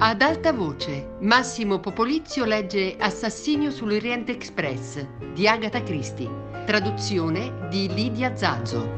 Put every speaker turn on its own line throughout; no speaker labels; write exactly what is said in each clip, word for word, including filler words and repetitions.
Ad alta voce, Massimo Popolizio legge Assassinio sull'Oriente Express di Agatha Christie, traduzione di Lidia Zazzo.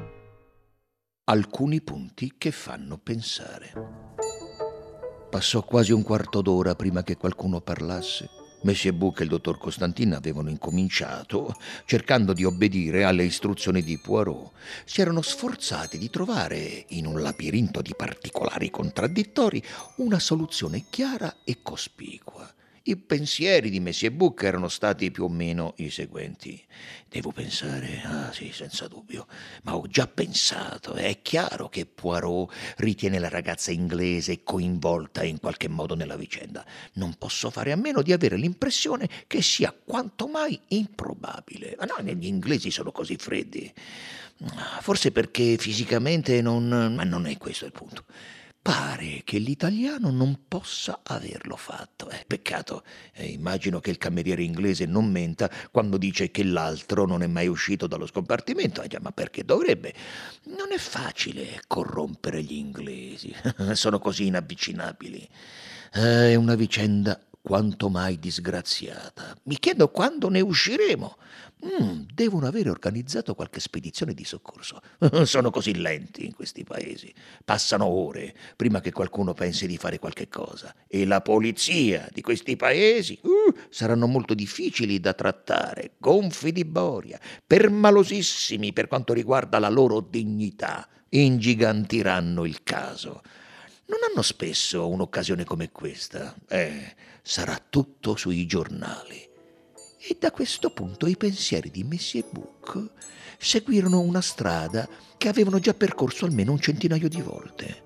Alcuni punti che fanno pensare. Passò quasi un quarto d'ora prima che qualcuno parlasse. Messie Buck e il dottor Costantin avevano incominciato, cercando di obbedire alle istruzioni di Poirot. Si erano sforzati di trovare, in un labirinto di particolari contraddittori, una soluzione chiara e cospicua. I pensieri di Messie Buck erano stati più o meno i seguenti. Devo pensare? Ah sì, senza dubbio. Ma ho già pensato. È chiaro che Poirot ritiene la ragazza inglese coinvolta in qualche modo nella vicenda. Non posso fare a meno di avere l'impressione che sia quanto mai improbabile. Ma no, gli inglesi sono così freddi. Forse perché fisicamente non... ma non è questo il punto. Pare che l'italiano non possa averlo fatto. Eh, peccato. Eh, immagino che il cameriere inglese non menta quando dice che l'altro non è mai uscito dallo scompartimento. Eh, già, ma perché dovrebbe? Non è facile corrompere gli inglesi. Sono così inavvicinabili. Eh, è una vicenda quanto mai disgraziata. Mi chiedo quando ne usciremo. Mm, devono avere organizzato qualche spedizione di soccorso. Sono così lenti in questi paesi. Passano ore prima che qualcuno pensi di fare qualche cosa. E la polizia di questi paesi uh, saranno molto difficili da trattare, gonfi di boria, permalosissimi per quanto riguarda la loro dignità. Ingigantiranno il caso. Non hanno spesso un'occasione come questa. Eh, sarà tutto sui giornali. E da questo punto i pensieri di Messie Buck seguirono una strada che avevano già percorso almeno un centinaio di volte.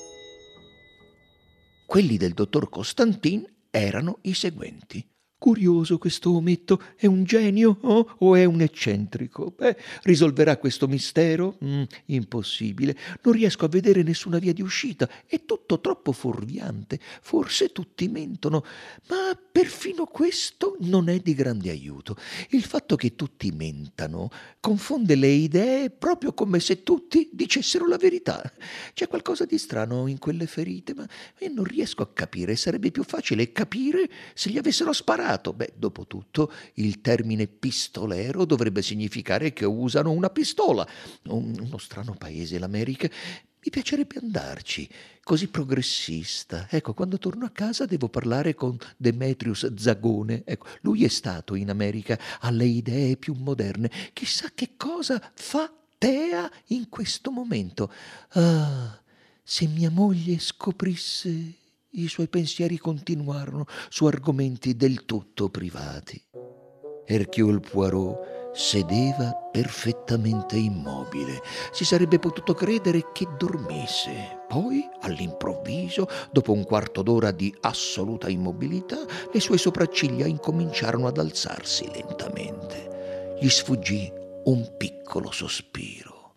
Quelli del dottor Costantin erano i seguenti. Curioso questo ometto, è un genio oh? O è un eccentrico? Beh, risolverà questo mistero? Mm, impossibile, non riesco a vedere nessuna via di uscita, è tutto troppo fuorviante, forse tutti mentono, ma perfino questo non è di grande aiuto. Il fatto che tutti mentano confonde le idee proprio come se tutti dicessero la verità. C'è qualcosa di strano in quelle ferite, ma io non riesco a capire, sarebbe più facile capire se gli avessero sparato. Beh, dopo tutto, il termine pistolero dovrebbe significare che usano una pistola. Un, uno strano paese, l'America. Mi piacerebbe andarci, così progressista. Ecco, quando torno a casa devo parlare con Demetrius Zagone. Ecco, lui è stato in America, ha le idee più moderne. Chissà che cosa fa Tea in questo momento. Ah, se mia moglie scoprisse... I suoi pensieri continuarono su argomenti del tutto privati. Hercule Poirot sedeva perfettamente immobile. Si sarebbe potuto credere che dormisse. Poi, all'improvviso, dopo un quarto d'ora di assoluta immobilità, le sue sopracciglia incominciarono ad alzarsi lentamente. Gli sfuggì un piccolo sospiro.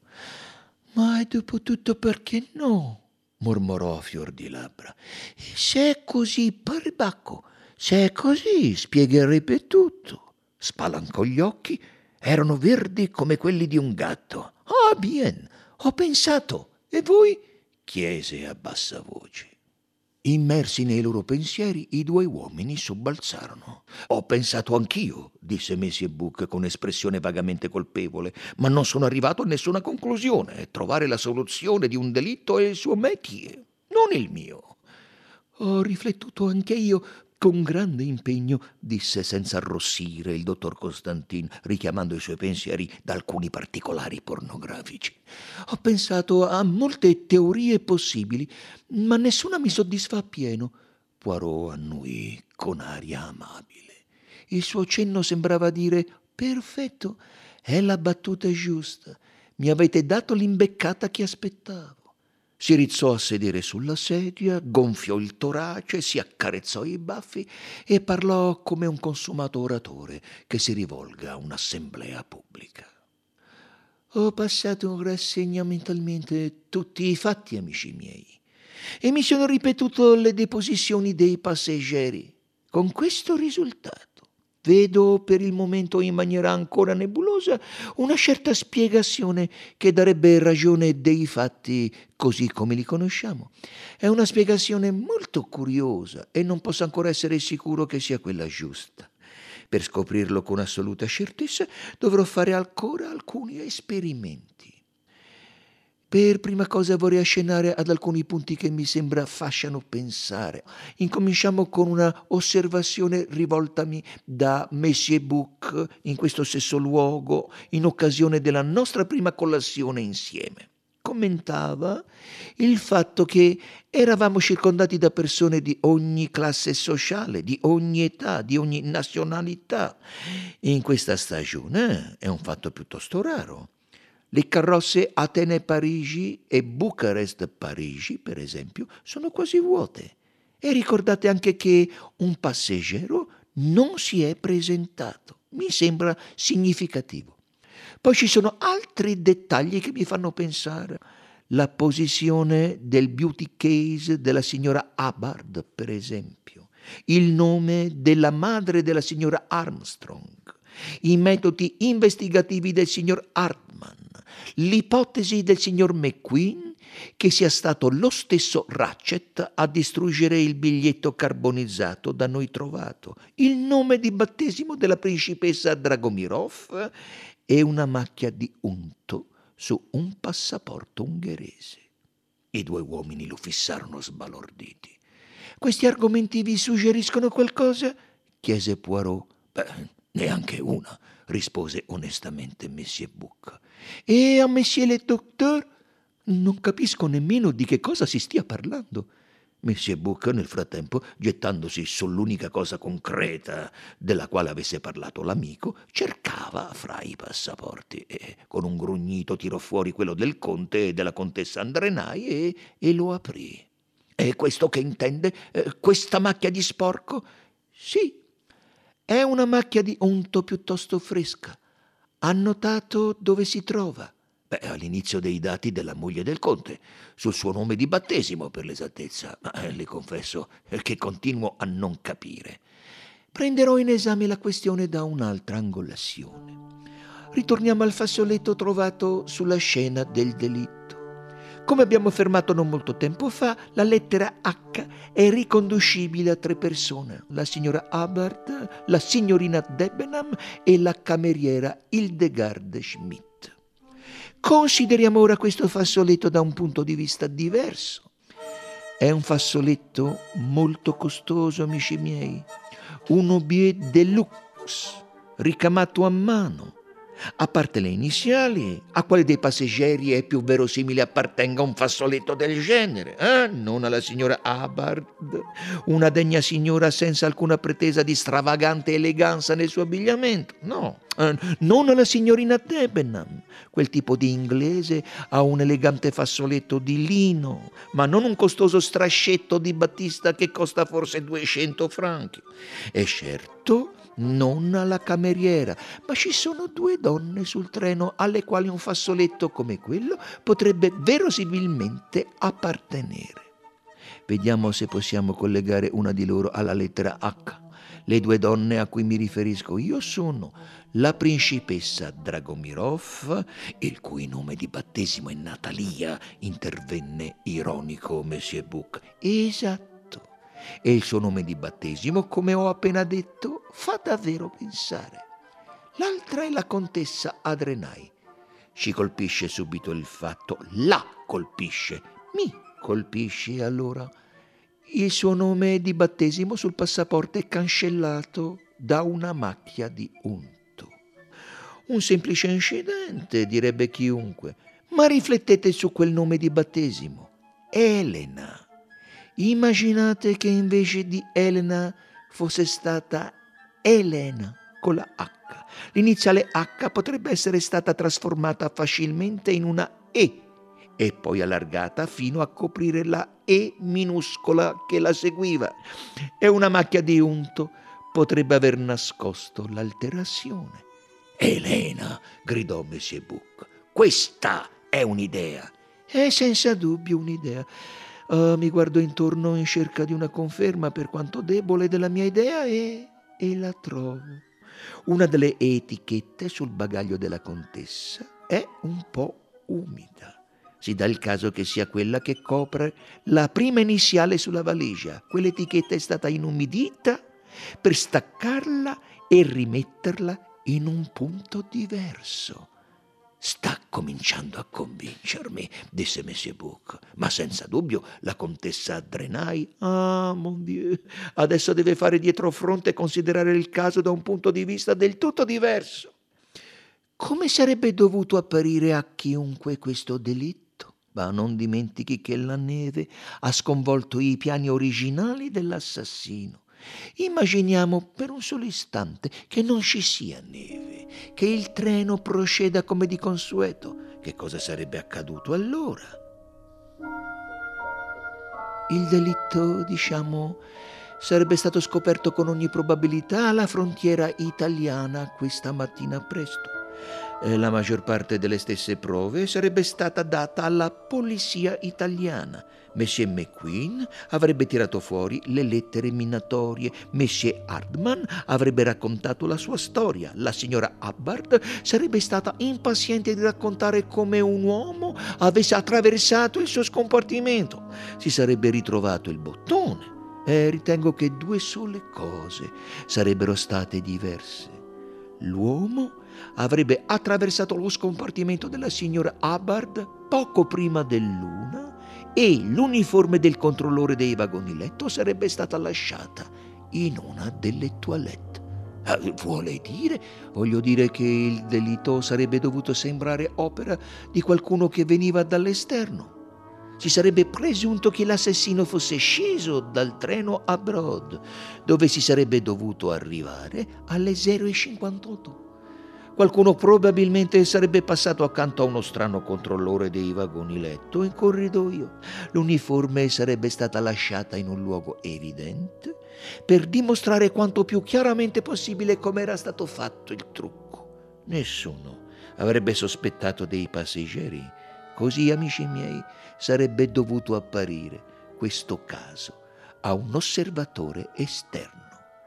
Ma dopo tutto perché no? Mormorò a fior di labbra. Se è così, perbacco, se è così, spiegherebbe tutto. Spalancò gli occhi, erano verdi come quelli di un gatto. Ah, bien, ho pensato. E voi? Chiese a bassa voce. Immersi nei loro pensieri, i due uomini sobbalzarono. Ho pensato anch'io, disse Messie Buck con espressione vagamente colpevole, ma non sono arrivato a nessuna conclusione. Trovare la soluzione di un delitto è il suo métier, non il mio. Ho riflettuto anche io con grande impegno, disse senza arrossire il dottor Costantin, richiamando i suoi pensieri da alcuni particolari pornografici. Ho pensato a molte teorie possibili, ma nessuna mi soddisfa appieno. Poirot annuì con aria amabile. Il suo cenno sembrava dire: perfetto, è la battuta giusta. Mi avete dato l'imbeccata che aspettavo. Si rizzò a sedere sulla sedia, gonfiò il torace, si accarezzò i baffi e parlò come un consumato oratore che si rivolga a un'assemblea pubblica. Ho passato in rassegna mentalmente tutti i fatti, amici miei, e mi sono ripetuto le deposizioni dei passeggeri, con questo risultato. Vedo per il momento in maniera ancora nebulosa una certa spiegazione che darebbe ragione dei fatti così come li conosciamo. È una spiegazione molto curiosa e non posso ancora essere sicuro che sia quella giusta. Per scoprirlo con assoluta certezza dovrò fare ancora alcuni esperimenti. Per prima cosa vorrei accennare ad alcuni punti che mi sembra facciano pensare. Incominciamo con una osservazione rivoltami da Monsieur Buck in questo stesso luogo in occasione della nostra prima colazione insieme. Commentava il fatto che eravamo circondati da persone di ogni classe sociale, di ogni età, di ogni nazionalità. In questa stagione è un fatto piuttosto raro. Le carrozze Atene-Parigi e Bucarest-Parigi, per esempio, sono quasi vuote. E ricordate anche che un passeggero non si è presentato. Mi sembra significativo. Poi ci sono altri dettagli che mi fanno pensare. La posizione del beauty case della signora Hubbard, per esempio. Il nome della madre della signora Armstrong. I metodi investigativi del signor Hartman. L'ipotesi del signor McQueen che sia stato lo stesso Ratchet a distruggere il biglietto carbonizzato da noi trovato, il nome di battesimo della principessa Dragomirov e una macchia di unto su un passaporto ungherese. I due uomini lo fissarono sbalorditi. «Questi argomenti vi suggeriscono qualcosa?» chiese Poirot. «Beh, neanche una», rispose onestamente Monsieur Buck. «E a Monsieur le Docteur?» «Non capisco nemmeno di che cosa si stia parlando». Monsieur Buck, nel frattempo, gettandosi sull'unica cosa concreta della quale avesse parlato l'amico, cercava fra i passaporti e con un grugnito tirò fuori quello del conte e della contessa Andrenai e, e lo aprì. «È questo che intende? Eh, questa macchia di sporco?» «Sì, è una macchia di unto piuttosto fresca. Ha notato dove si trova?» «Beh, all'inizio dei dati della moglie del conte, sul suo nome di battesimo per l'esattezza, ma eh, le confesso che continuo a non capire». «Prenderò in esame la questione da un'altra angolazione. Ritorniamo al fazzoletto trovato sulla scena del delitto. Come abbiamo affermato non molto tempo fa, la lettera H è riconducibile a tre persone: la signora Hubbard, la signorina Debenham e la cameriera Hildegard Schmidt. Consideriamo ora questo fazzoletto da un punto di vista diverso. È un fazzoletto molto costoso, amici miei, un objet deluxe, ricamato a mano. A parte le iniziali, a quale dei passeggeri è più verosimile appartenga un fazzoletto del genere? Eh? Non alla signora Hubbard, una degna signora senza alcuna pretesa di stravagante eleganza nel suo abbigliamento. No, eh, non alla signorina Debenham. Quel tipo di inglese ha un elegante fazzoletto di lino, ma non un costoso strascetto di battista che costa forse duecento franchi. E certo, non alla cameriera, ma ci sono due donne sul treno alle quali un fazzoletto come quello potrebbe verosimilmente appartenere. Vediamo se possiamo collegare una di loro alla lettera H. Le due donne a cui mi riferisco io sono la principessa Dragomirov, il cui nome di battesimo è Natalia, intervenne ironico Monsieur Buck. Esatto. E il suo nome di battesimo, come ho appena detto, fa davvero pensare. L'altra è la contessa Adrenai. Ci colpisce subito il fatto, la colpisce, mi colpisce allora. Il suo nome di battesimo sul passaporto è cancellato da una macchia di unto. Un semplice incidente, direbbe chiunque, ma riflettete su quel nome di battesimo, Elena. Immaginate che invece di Elena fosse stata Elena con la H. L'iniziale H potrebbe essere stata trasformata facilmente in una E e poi allargata fino a coprire la E minuscola che la seguiva. E una macchia di unto potrebbe aver nascosto l'alterazione. «Elena!» gridò Monsieur Buck. «Questa è un'idea!» «È senza dubbio un'idea. Uh, mi guardo intorno in cerca di una conferma, per quanto debole, della mia idea e, e la trovo. Una delle etichette sul bagaglio della contessa è un po' umida. Si dà il caso che sia quella che copre la prima iniziale sulla valigia. Quell'etichetta è stata inumidita per staccarla e rimetterla in un punto diverso. «Sta cominciando a convincermi», disse Monsieur Bouc, «ma senza dubbio la contessa Drenay, ah, mon Dieu, adesso deve fare dietro fronte e considerare il caso da un punto di vista del tutto diverso. Come sarebbe dovuto apparire a chiunque questo delitto? Ma non dimentichi che la neve ha sconvolto i piani originali dell'assassino. Immaginiamo per un solo istante che non ci sia neve, che il treno proceda come di consueto. Che cosa sarebbe accaduto allora? Il delitto, diciamo, sarebbe stato scoperto con ogni probabilità alla frontiera italiana questa mattina presto. E la maggior parte delle stesse prove sarebbe stata data alla polizia italiana. Monsieur McQueen avrebbe tirato fuori le lettere minatorie, Monsieur Hardman avrebbe raccontato la sua storia, la signora Hubbard sarebbe stata impaziente di raccontare come un uomo avesse attraversato il suo scompartimento, si sarebbe ritrovato il bottone e ritengo che due sole cose sarebbero state diverse. L'uomo avrebbe attraversato lo scompartimento della signora Hubbard poco prima dell'una e l'uniforme del controllore dei vagoni letto sarebbe stata lasciata in una delle toilette. Eh, vuole dire? Voglio dire che il delitto sarebbe dovuto sembrare opera di qualcuno che veniva dall'esterno. Si sarebbe presunto che l'assassino fosse sceso dal treno a Brod, dove si sarebbe dovuto arrivare alle zero e cinquantotto. Qualcuno probabilmente sarebbe passato accanto a uno strano controllore dei vagoni letto in corridoio. L'uniforme sarebbe stata lasciata in un luogo evidente per dimostrare quanto più chiaramente possibile come era stato fatto il trucco. Nessuno avrebbe sospettato dei passeggeri. Così, amici miei, sarebbe dovuto apparire questo caso a un osservatore esterno.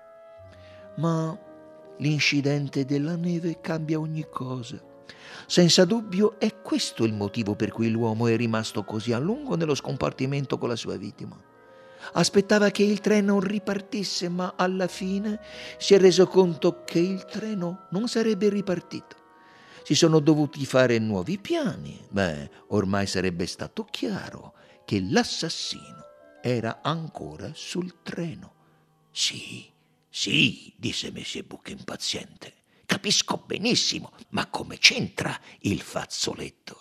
Ma l'incidente della neve cambia ogni cosa. Senza dubbio è questo il motivo per cui l'uomo è rimasto così a lungo nello scompartimento con la sua vittima. Aspettava che il treno ripartisse, ma alla fine si è reso conto che il treno non sarebbe ripartito. Si sono dovuti fare nuovi piani. Beh, ormai sarebbe stato chiaro che l'assassino era ancora sul treno. Sì, sì, disse Monsieur Bouc impaziente. Capisco benissimo, ma come c'entra il fazzoletto?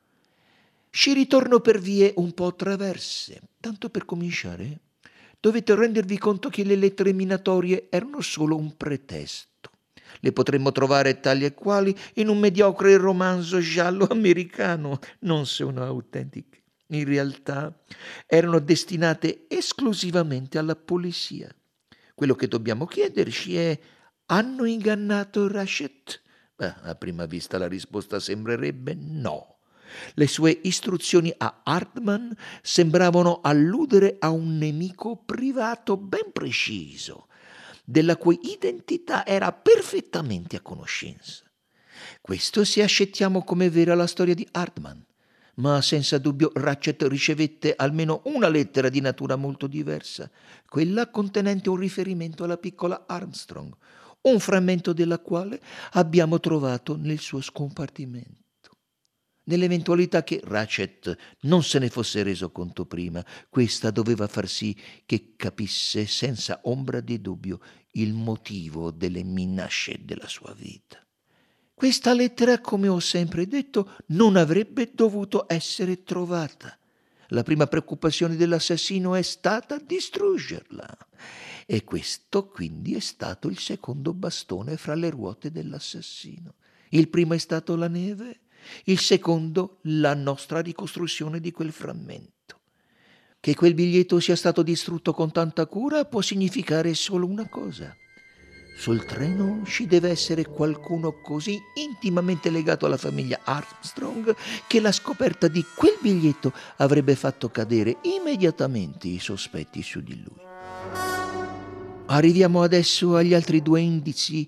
Ci ritorno per vie un po' traverse. Tanto per cominciare, dovete rendervi conto che le lettere minatorie erano solo un pretesto. Le potremmo trovare tali e quali in un mediocre romanzo giallo americano, non sono autentiche. In realtà erano destinate esclusivamente alla polizia. Quello che dobbiamo chiederci è: hanno ingannato Ratchet? Beh, a prima vista la risposta sembrerebbe no. Le sue istruzioni a Hardman sembravano alludere a un nemico privato ben preciso, della cui identità era perfettamente a conoscenza. Questo se accettiamo come vera la storia di Hardman, ma senza dubbio Ratchet ricevette almeno una lettera di natura molto diversa, quella contenente un riferimento alla piccola Armstrong, un frammento della quale abbiamo trovato nel suo scompartimento. Nell'eventualità che Ratchet non se ne fosse reso conto prima, questa doveva far sì che capisse senza ombra di dubbio il motivo delle minacce della sua vita. Questa lettera, come ho sempre detto, non avrebbe dovuto essere trovata. La prima preoccupazione dell'assassino è stata distruggerla. E questo quindi è stato il secondo bastone fra le ruote dell'assassino. Il primo è stato la neve, il secondo la nostra ricostruzione di quel frammento. Che quel biglietto sia stato distrutto con tanta cura può significare solo una cosa: sul treno ci deve essere qualcuno così intimamente legato alla famiglia Armstrong che la scoperta di quel biglietto avrebbe fatto cadere immediatamente i sospetti su di lui. Arriviamo adesso agli altri due indizi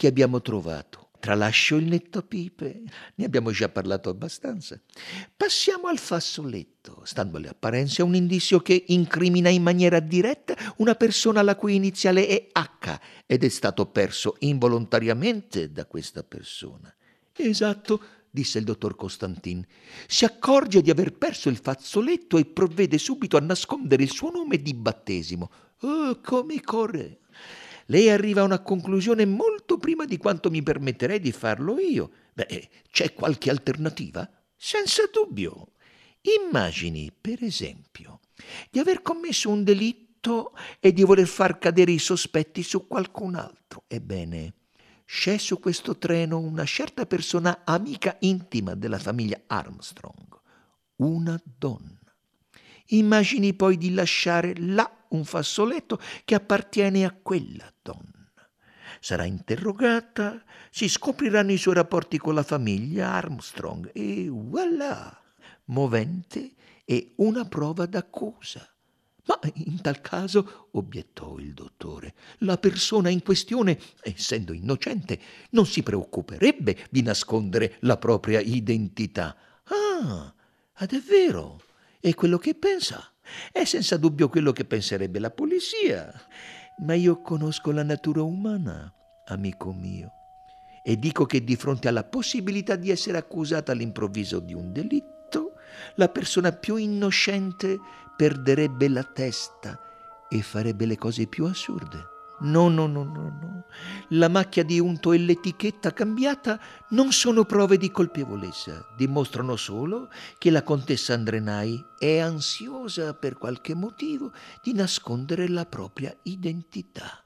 che abbiamo trovato. Tralascio il nettopipe, ne abbiamo già parlato abbastanza. Passiamo al fazzoletto. Stando alle apparenze, è un indizio che incrimina in maniera diretta una persona la cui iniziale è H ed è stato perso involontariamente da questa persona. Esatto, disse il dottor Costantin. Si accorge di aver perso il fazzoletto e provvede subito a nascondere il suo nome di battesimo. Oh, come corre! Lei arriva a una conclusione molto prima di quanto mi permetterei di farlo io. Beh, c'è qualche alternativa? Senza dubbio. Immagini, per esempio, di aver commesso un delitto e di voler far cadere i sospetti su qualcun altro. Ebbene, c'è su questo treno una certa persona amica intima della famiglia Armstrong, una donna. Immagini poi di lasciare là un fazzoletto che appartiene a quella donna. Sarà interrogata, si scopriranno i suoi rapporti con la famiglia Armstrong e voilà, movente e una prova d'accusa. Ma in tal caso, obiettò il dottore, la persona in questione, essendo innocente, non si preoccuperebbe di nascondere la propria identità. Ah, ed è vero. E quello che pensa è senza dubbio quello che penserebbe la polizia. Ma io conosco la natura umana, amico mio, e dico che di fronte alla possibilità di essere accusata all'improvviso di un delitto, la persona più innocente perderebbe la testa e farebbe le cose più assurde. No, no, no, no, no. La macchia di unto e l'etichetta cambiata non sono prove di colpevolezza, dimostrano solo che la contessa Andrenai è ansiosa per qualche motivo di nascondere la propria identità.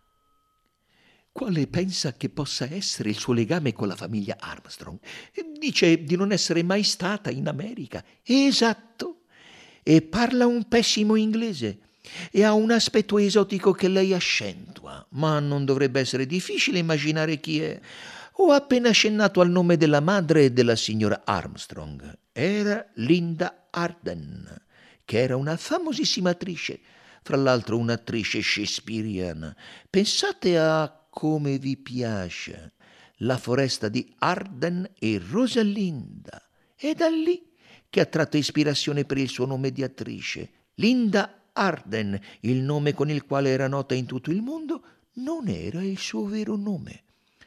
Quale pensa che possa essere il suo legame con la famiglia Armstrong? Dice di non essere mai stata in America. Esatto. E parla un pessimo inglese. E ha un aspetto esotico che lei accentua, ma non dovrebbe essere difficile immaginare chi è. Ho appena accennato al nome della madre della signora Armstrong. Era Linda Arden, che era una famosissima attrice, fra l'altro un'attrice shakespeariana. Pensate a come vi piace La foresta di Arden e Rosalinda. È da lì che ha tratto ispirazione per il suo nome di attrice. Linda Arden, il nome con il quale era nota in tutto il mondo, non era il suo vero nome.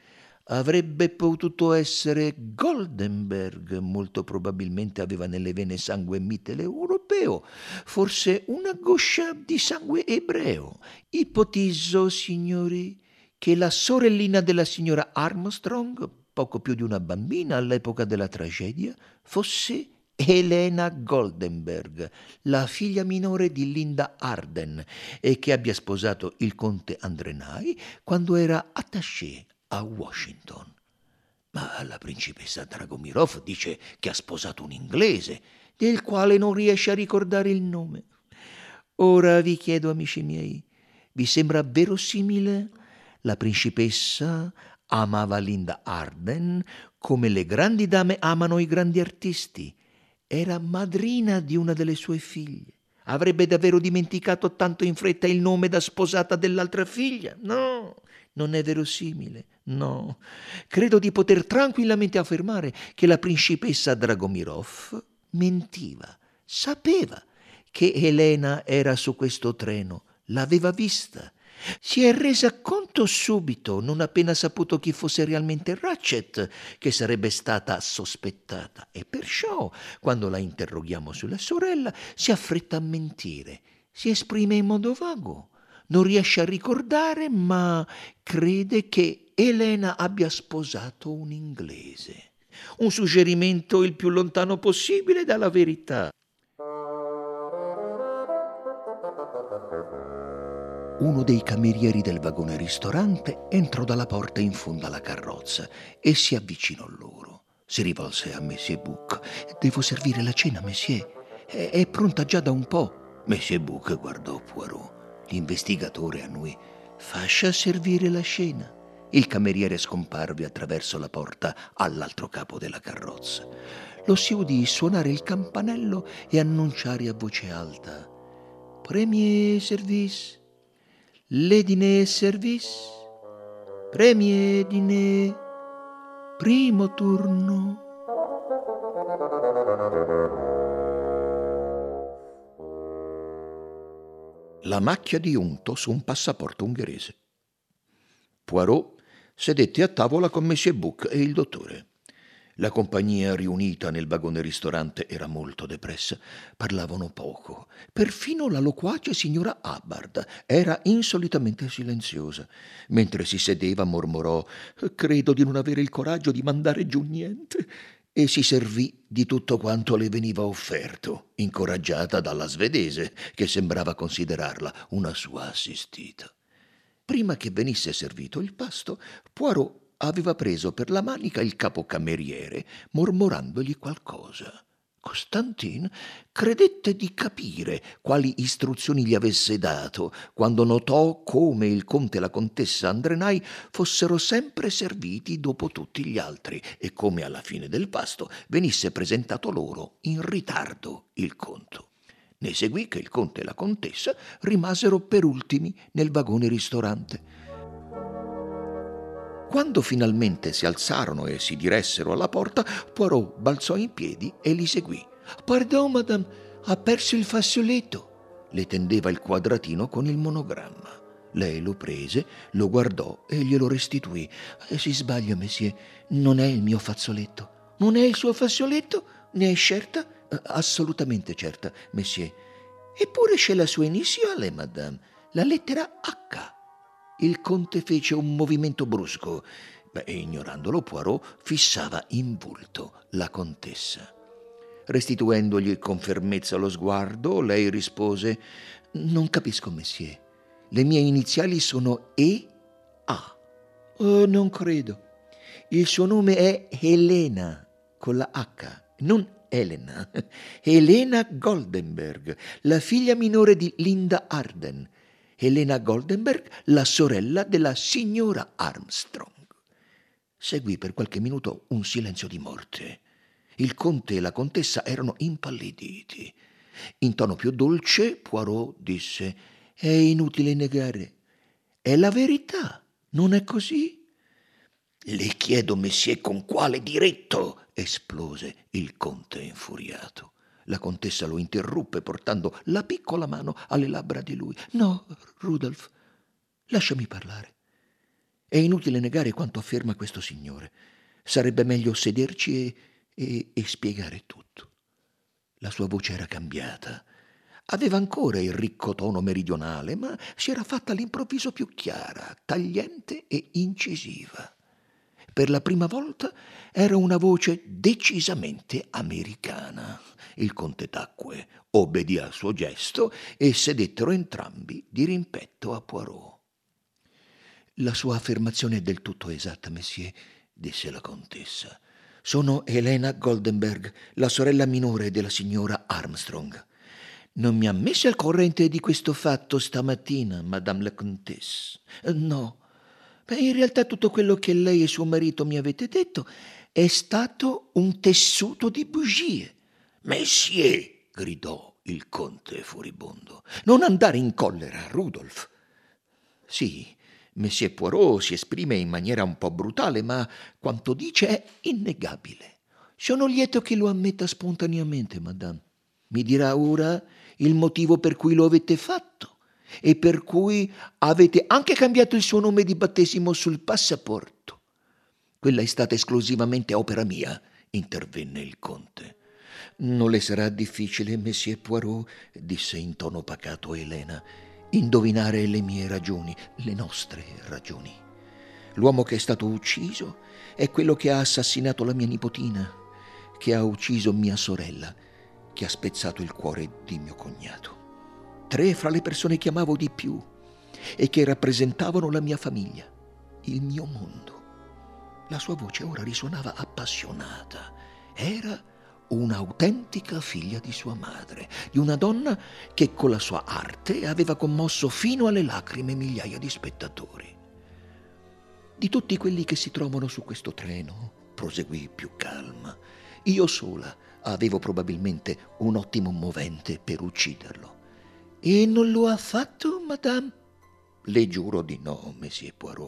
Avrebbe potuto essere Goldenberg, molto probabilmente aveva nelle vene sangue mitteleuropeo, forse una goccia di sangue ebreo. Ipotizzo, signori, che la sorellina della signora Armstrong, poco più di una bambina all'epoca della tragedia, fosse Helena Goldenberg, la figlia minore di Linda Arden, e che abbia sposato il conte Andrenai quando era attaché a Washington. Ma la principessa Dragomirov dice che ha sposato un inglese, del quale non riesce a ricordare il nome. Ora vi chiedo, amici miei, vi sembra verosimile? La principessa amava Linda Arden come le grandi dame amano i grandi artisti. Era madrina di una delle sue figlie. Avrebbe davvero dimenticato tanto in fretta il nome da sposata dell'altra figlia? No, non è verosimile, no. Credo di poter tranquillamente affermare che la principessa Dragomirov mentiva. Sapeva che Elena era su questo treno, l'aveva vista. Si è resa conto subito, non appena saputo chi fosse realmente Ratchet, che sarebbe stata sospettata, e perciò, quando la interroghiamo sulla sorella, si affretta a mentire. Si esprime in modo vago, non riesce a ricordare, ma crede che Elena abbia sposato un inglese. Un suggerimento il più lontano possibile dalla verità. Uno dei camerieri del vagone ristorante entrò dalla porta in fondo alla carrozza e si avvicinò loro. Si rivolse a Monsieur Bouc. «Devo servire la cena, Monsieur. È, è pronta già da un po'». Monsieur Bouc guardò Poirot. L'investigatore annui. «Fascia servire la cena». Il cameriere scomparve attraverso la porta all'altro capo della carrozza. Lo si udì suonare il campanello e annunciare a voce alta: «Premier service. Ledine service». Premier dîner, primo turno. La macchia di unto su un passaporto ungherese. Poirot sedette a tavola con Monsieur Buck e il dottore. La compagnia riunita nel vagone ristorante era molto depressa. Parlavano poco. Perfino la loquace signora Hubbard era insolitamente silenziosa. Mentre si sedeva mormorò: «Credo di non avere il coraggio di mandare giù niente», e si servì di tutto quanto le veniva offerto, incoraggiata dalla svedese, che sembrava considerarla una sua assistita. Prima che venisse servito il pasto, Poirot aveva preso per la manica il capocameriere, mormorandogli qualcosa. Costantin credette di capire quali istruzioni gli avesse dato quando notò come il conte e la contessa Andrenay fossero sempre serviti dopo tutti gli altri e come alla fine del pasto venisse presentato loro in ritardo il conto. Ne seguì che il conte e la contessa rimasero per ultimi nel vagone ristorante. Quando finalmente si alzarono e si diressero alla porta, Poirot balzò in piedi e li seguì. «Pardon, madame, ha perso il fazzoletto», le tendeva il quadratino con il monogramma. Lei lo prese, lo guardò e glielo restituì. «Si sbaglia, monsieur, non è il mio fazzoletto». «Non è il suo fazzoletto? Ne è certa?» «Assolutamente certa, monsieur». «Eppure c'è la sua iniziale, madame, la lettera H». Il conte fece un movimento brusco. Beh, ignorandolo, Poirot fissava in volto la contessa. Restituendogli con fermezza lo sguardo, lei rispose: «Non capisco, monsieur. Le mie iniziali sono E A». «Oh, non credo. Il suo nome è Helena, con la H, non Elena. Helena Goldenberg, la figlia minore di Linda Arden. Helena Goldenberg, la sorella della signora Armstrong». Seguì per qualche minuto un silenzio di morte. Il conte e la contessa erano impalliditi. In tono più dolce, Poirot disse: «È inutile negare. È la verità, non è così?» «Le chiedo, monsieur, con quale diritto?» esplose il conte infuriato. La contessa lo interruppe portando la piccola mano alle labbra di lui. «No, Rudolf, lasciami parlare. È inutile negare quanto afferma questo signore. Sarebbe meglio sederci e, e, e spiegare tutto». La sua voce era cambiata. Aveva ancora il ricco tono meridionale, ma si era fatta all'improvviso più chiara, tagliente e incisiva. Per la prima volta era una voce decisamente americana. Il conte tacque, obbedì al suo gesto e sedettero entrambi di rimpetto a Poirot. «La sua affermazione è del tutto esatta, monsieur», disse la contessa. «Sono Helena Goldenberg, la sorella minore della signora Armstrong. Non mi ha messo al corrente di questo fatto stamattina, madame la contessa. No. Beh, in realtà tutto quello che lei e suo marito mi avete detto è stato un tessuto di bugie». «Monsieur!» gridò il conte furibondo. «Non andare in collera, Rudolf». «Sì, Monsieur Poirot si esprime in maniera un po' brutale, ma quanto dice è innegabile. Sono lieto che lo ammetta spontaneamente, madame. Mi dirà ora il motivo per cui lo avete fatto e per cui avete anche cambiato il suo nome di battesimo sul passaporto». «Quella è stata esclusivamente opera mia», intervenne il conte. «Non le sarà difficile, Monsieur Poirot», disse in tono pacato Helena, «indovinare le mie ragioni, le nostre ragioni. L'uomo che è stato ucciso è quello che ha assassinato la mia nipotina, che ha ucciso mia sorella, che ha spezzato il cuore di mio cognato. Tre fra le persone che amavo di più e che rappresentavano la mia famiglia, il mio mondo». La sua voce ora risuonava appassionata. Era un'autentica figlia di sua madre, di una donna che con la sua arte aveva commosso fino alle lacrime migliaia di spettatori. «Di tutti quelli che si trovano su questo treno», proseguì più calma, «io sola avevo probabilmente un ottimo movente per ucciderlo». «E non lo ha fatto, madame?» «Le giuro di no, Monsieur Poirot.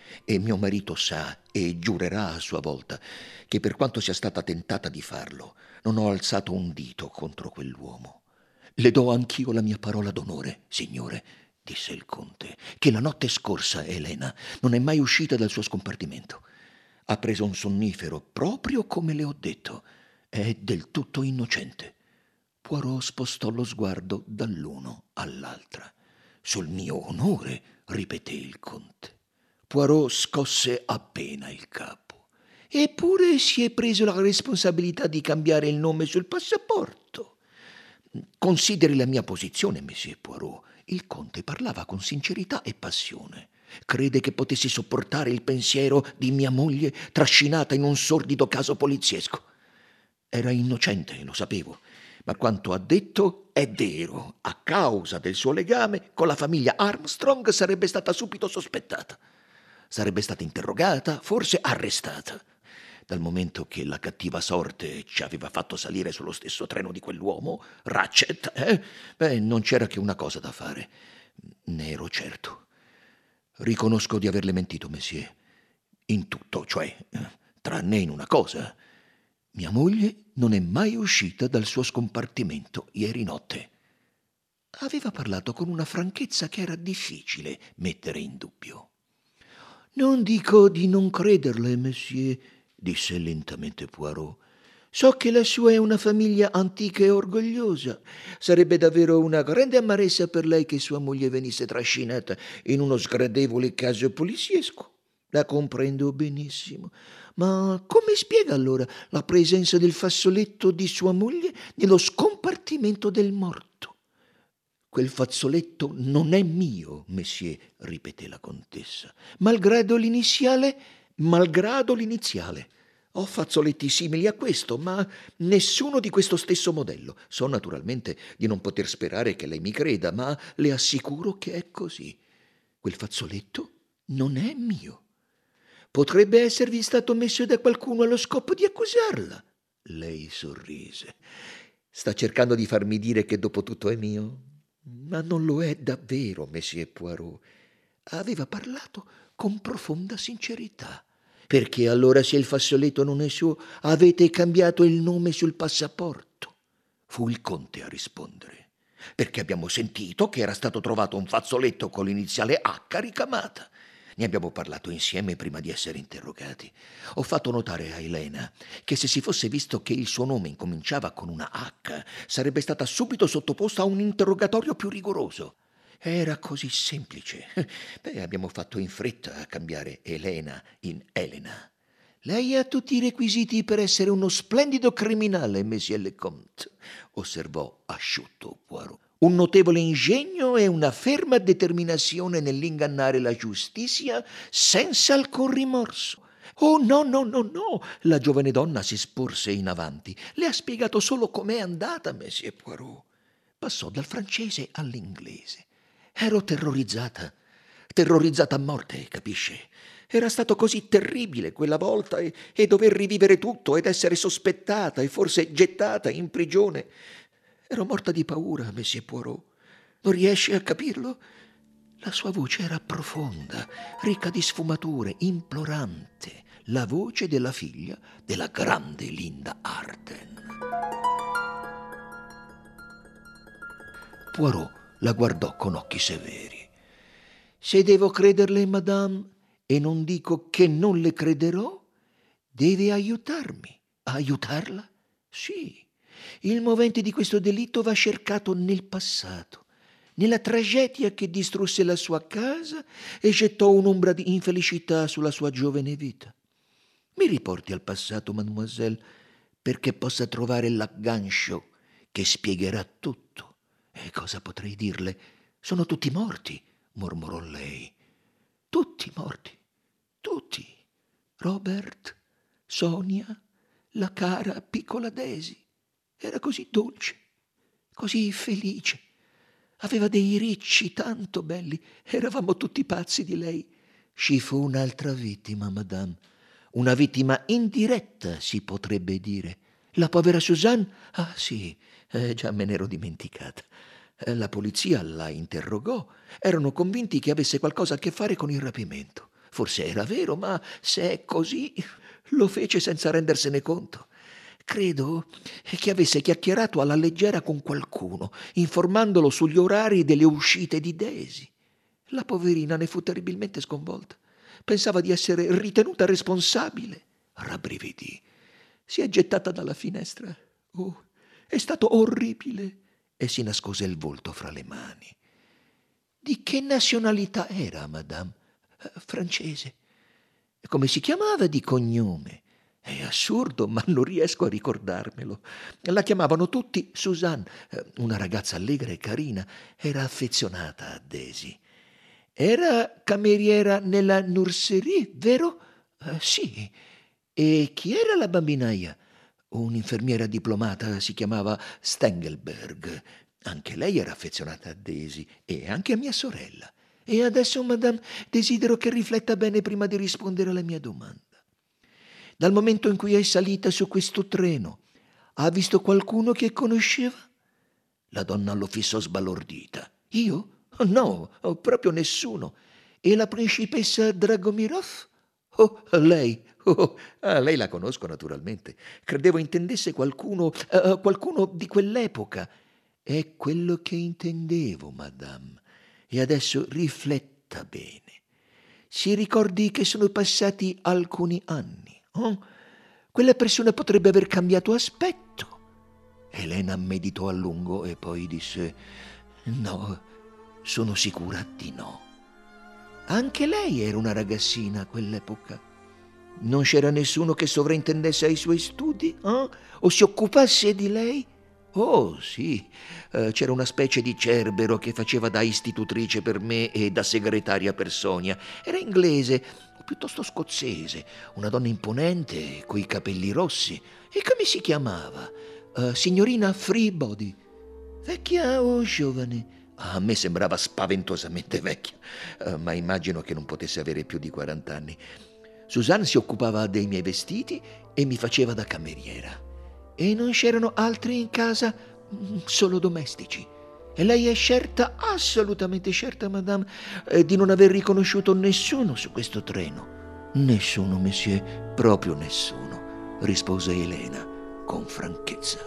E mio marito sa e giurerà a sua volta che per quanto sia stata tentata di farlo, non ho alzato un dito contro quell'uomo. Le do anch'io la mia parola d'onore, signore, disse il conte, che la notte scorsa Elena non è mai uscita dal suo scompartimento. Ha preso un sonnifero proprio come le ho detto. È del tutto innocente. Poirot spostò lo sguardo dall'uno all'altra. Sul mio onore, ripeté il conte. Poirot scosse appena il capo. Eppure si è preso la responsabilità di cambiare il nome sul passaporto. Consideri la mia posizione, Monsieur Poirot. Il conte parlava con sincerità e passione. Crede che potessi sopportare il pensiero di mia moglie trascinata in un sordido caso poliziesco? Era innocente, lo sapevo, ma quanto ha detto è vero. A causa del suo legame con la famiglia Armstrong sarebbe stata subito sospettata. Sarebbe stata interrogata, forse arrestata. Dal momento che la cattiva sorte ci aveva fatto salire sullo stesso treno di quell'uomo, Ratchet, eh? Beh, non c'era che una cosa da fare. Ne ero certo. Riconosco di averle mentito, Monsieur. In tutto, cioè, tranne in una cosa. Mia moglie non è mai uscita dal suo scompartimento ieri notte. Aveva parlato con una franchezza che era difficile mettere in dubbio. Non dico di non crederle, Monsieur, disse lentamente Poirot. So che la sua è una famiglia antica e orgogliosa. Sarebbe davvero una grande amarezza per lei che sua moglie venisse trascinata in uno sgradevole caso poliziesco. La comprendo benissimo. Ma come spiega allora la presenza del fazzoletto di sua moglie nello scompartimento del morto? Quel fazzoletto non è mio, Monsieur, ripeté la contessa. Malgrado l'iniziale, malgrado l'iniziale. Ho fazzoletti simili a questo, ma nessuno di questo stesso modello. So naturalmente di non poter sperare che lei mi creda, ma le assicuro che è così. Quel fazzoletto non è mio. Potrebbe esservi stato messo da qualcuno allo scopo di accusarla. Lei sorrise. Sta cercando di farmi dire che dopo tutto è mio? Ma non lo è davvero, Monsieur Poirot. Aveva parlato con profonda sincerità. Perché allora, se il fazzoletto non è suo, avete cambiato il nome sul passaporto? Fu il conte a rispondere. Perché abbiamo sentito che era stato trovato un fazzoletto con l'iniziale H ricamata. Ne abbiamo parlato insieme prima di essere interrogati. Ho fatto notare a Elena che se si fosse visto che il suo nome incominciava con una H, sarebbe stata subito sottoposta a un interrogatorio più rigoroso. Era così semplice. Beh, abbiamo fatto in fretta a cambiare Elena in Elena. Lei ha tutti i requisiti per essere uno splendido criminale, Monsieur le Comte, osservò asciutto Poirot. Un notevole ingegno e una ferma determinazione nell'ingannare la giustizia senza alcun rimorso. Oh, no, no, no, no! La giovane donna si sporse in avanti. Le ha spiegato solo com'è andata, Monsieur Poirot. Passò dal francese all'inglese. Ero terrorizzata, terrorizzata a morte, capisce? Era stato così terribile quella volta e, e dover rivivere tutto ed essere sospettata e forse gettata in prigione. Ero morta di paura, Monsieur Poirot. Non riesce a capirlo? La sua voce era profonda, ricca di sfumature, implorante. La voce della figlia della grande Linda Arden. Poirot la guardò con occhi severi. Se devo crederle, madame, e non dico che non le crederò, deve aiutarmi. Aiutarla? Sì. Il movente di questo delitto va cercato nel passato, nella tragedia che distrusse la sua casa e gettò un'ombra di infelicità sulla sua giovane vita. Mi riporti al passato, mademoiselle, perché possa trovare l'aggancio che spiegherà tutto. E cosa potrei dirle? Sono tutti morti, mormorò lei. Tutti morti, tutti. Robert, Sonia, la cara piccola Daisy. Era così dolce, così felice. Aveva dei ricci tanto belli. Eravamo tutti pazzi di lei. Ci fu un'altra vittima, madame. Una vittima indiretta, si potrebbe dire. La povera Suzanne? Ah, sì, eh, già me n'ero dimenticata. La polizia la interrogò. Erano convinti che avesse qualcosa a che fare con il rapimento. Forse era vero, ma se è così, lo fece senza rendersene conto. Credo che avesse chiacchierato alla leggera con qualcuno, informandolo sugli orari delle uscite di Daisy. La poverina ne fu terribilmente sconvolta. Pensava di essere ritenuta responsabile. Rabbrividì. Si è gettata dalla finestra. Oh, è stato orribile. E si nascose il volto fra le mani. Di che nazionalità era, madame? Eh, francese. E come si chiamava di cognome? È assurdo, ma non riesco a ricordarmelo. La chiamavano tutti Suzanne, una ragazza allegra e carina. Era affezionata a Daisy. Era cameriera nella nurserie, vero? Eh, sì. E chi era la bambinaia? Un'infermiera diplomata, si chiamava Stengelberg. Anche lei era affezionata a Daisy e anche a mia sorella. E adesso, madame, desidero che rifletta bene prima di rispondere alla mia domanda. Dal momento in cui è salita su questo treno, ha visto qualcuno che conosceva? La donna lo fissò sbalordita. Io? No, proprio nessuno. E la principessa Dragomirov? Oh, lei. Oh, ah, lei la conosco naturalmente. Credevo intendesse qualcuno, uh, qualcuno di quell'epoca. È quello che intendevo, madame. E adesso rifletta bene. Si ricordi che sono passati alcuni anni. Oh, quella persona potrebbe aver cambiato aspetto. Elena meditò a lungo e poi disse: no, sono sicura di no. Anche lei era una ragazzina a quell'epoca. Non c'era nessuno che sovrintendesse ai suoi studi, eh? O si occupasse di lei? Oh, sì, eh, c'era una specie di cerbero che faceva da istitutrice per me e da segretaria per Sonia. Era inglese, o piuttosto scozzese, una donna imponente, coi capelli rossi. E come si chiamava? Uh, signorina Freebody. Vecchia o giovane? A me sembrava spaventosamente vecchia, uh, ma immagino che non potesse avere più di quaranta anni. Suzanne si occupava dei miei vestiti e mi faceva da cameriera. E non c'erano altri in casa, solo domestici. E lei è certa, assolutamente certa, madame, eh, di non aver riconosciuto nessuno su questo treno. Nessuno, monsieur, proprio nessuno, rispose Elena con franchezza.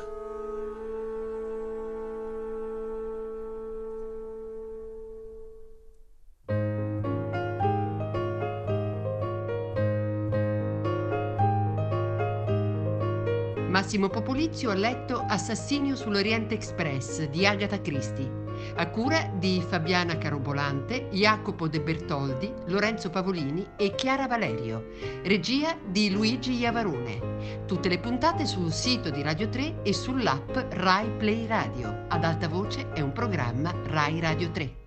Massimo Popolizio ha letto Assassinio sull'Oriente Express di Agatha Christie, a cura di Fabiana Carobolante, Jacopo De Bertoldi, Lorenzo Pavolini e Chiara Valerio, regia di Luigi Iavarone. Tutte le puntate sul sito di Radio tre e sull'app Rai Play Radio. Ad alta voce è un programma Rai Radio tre.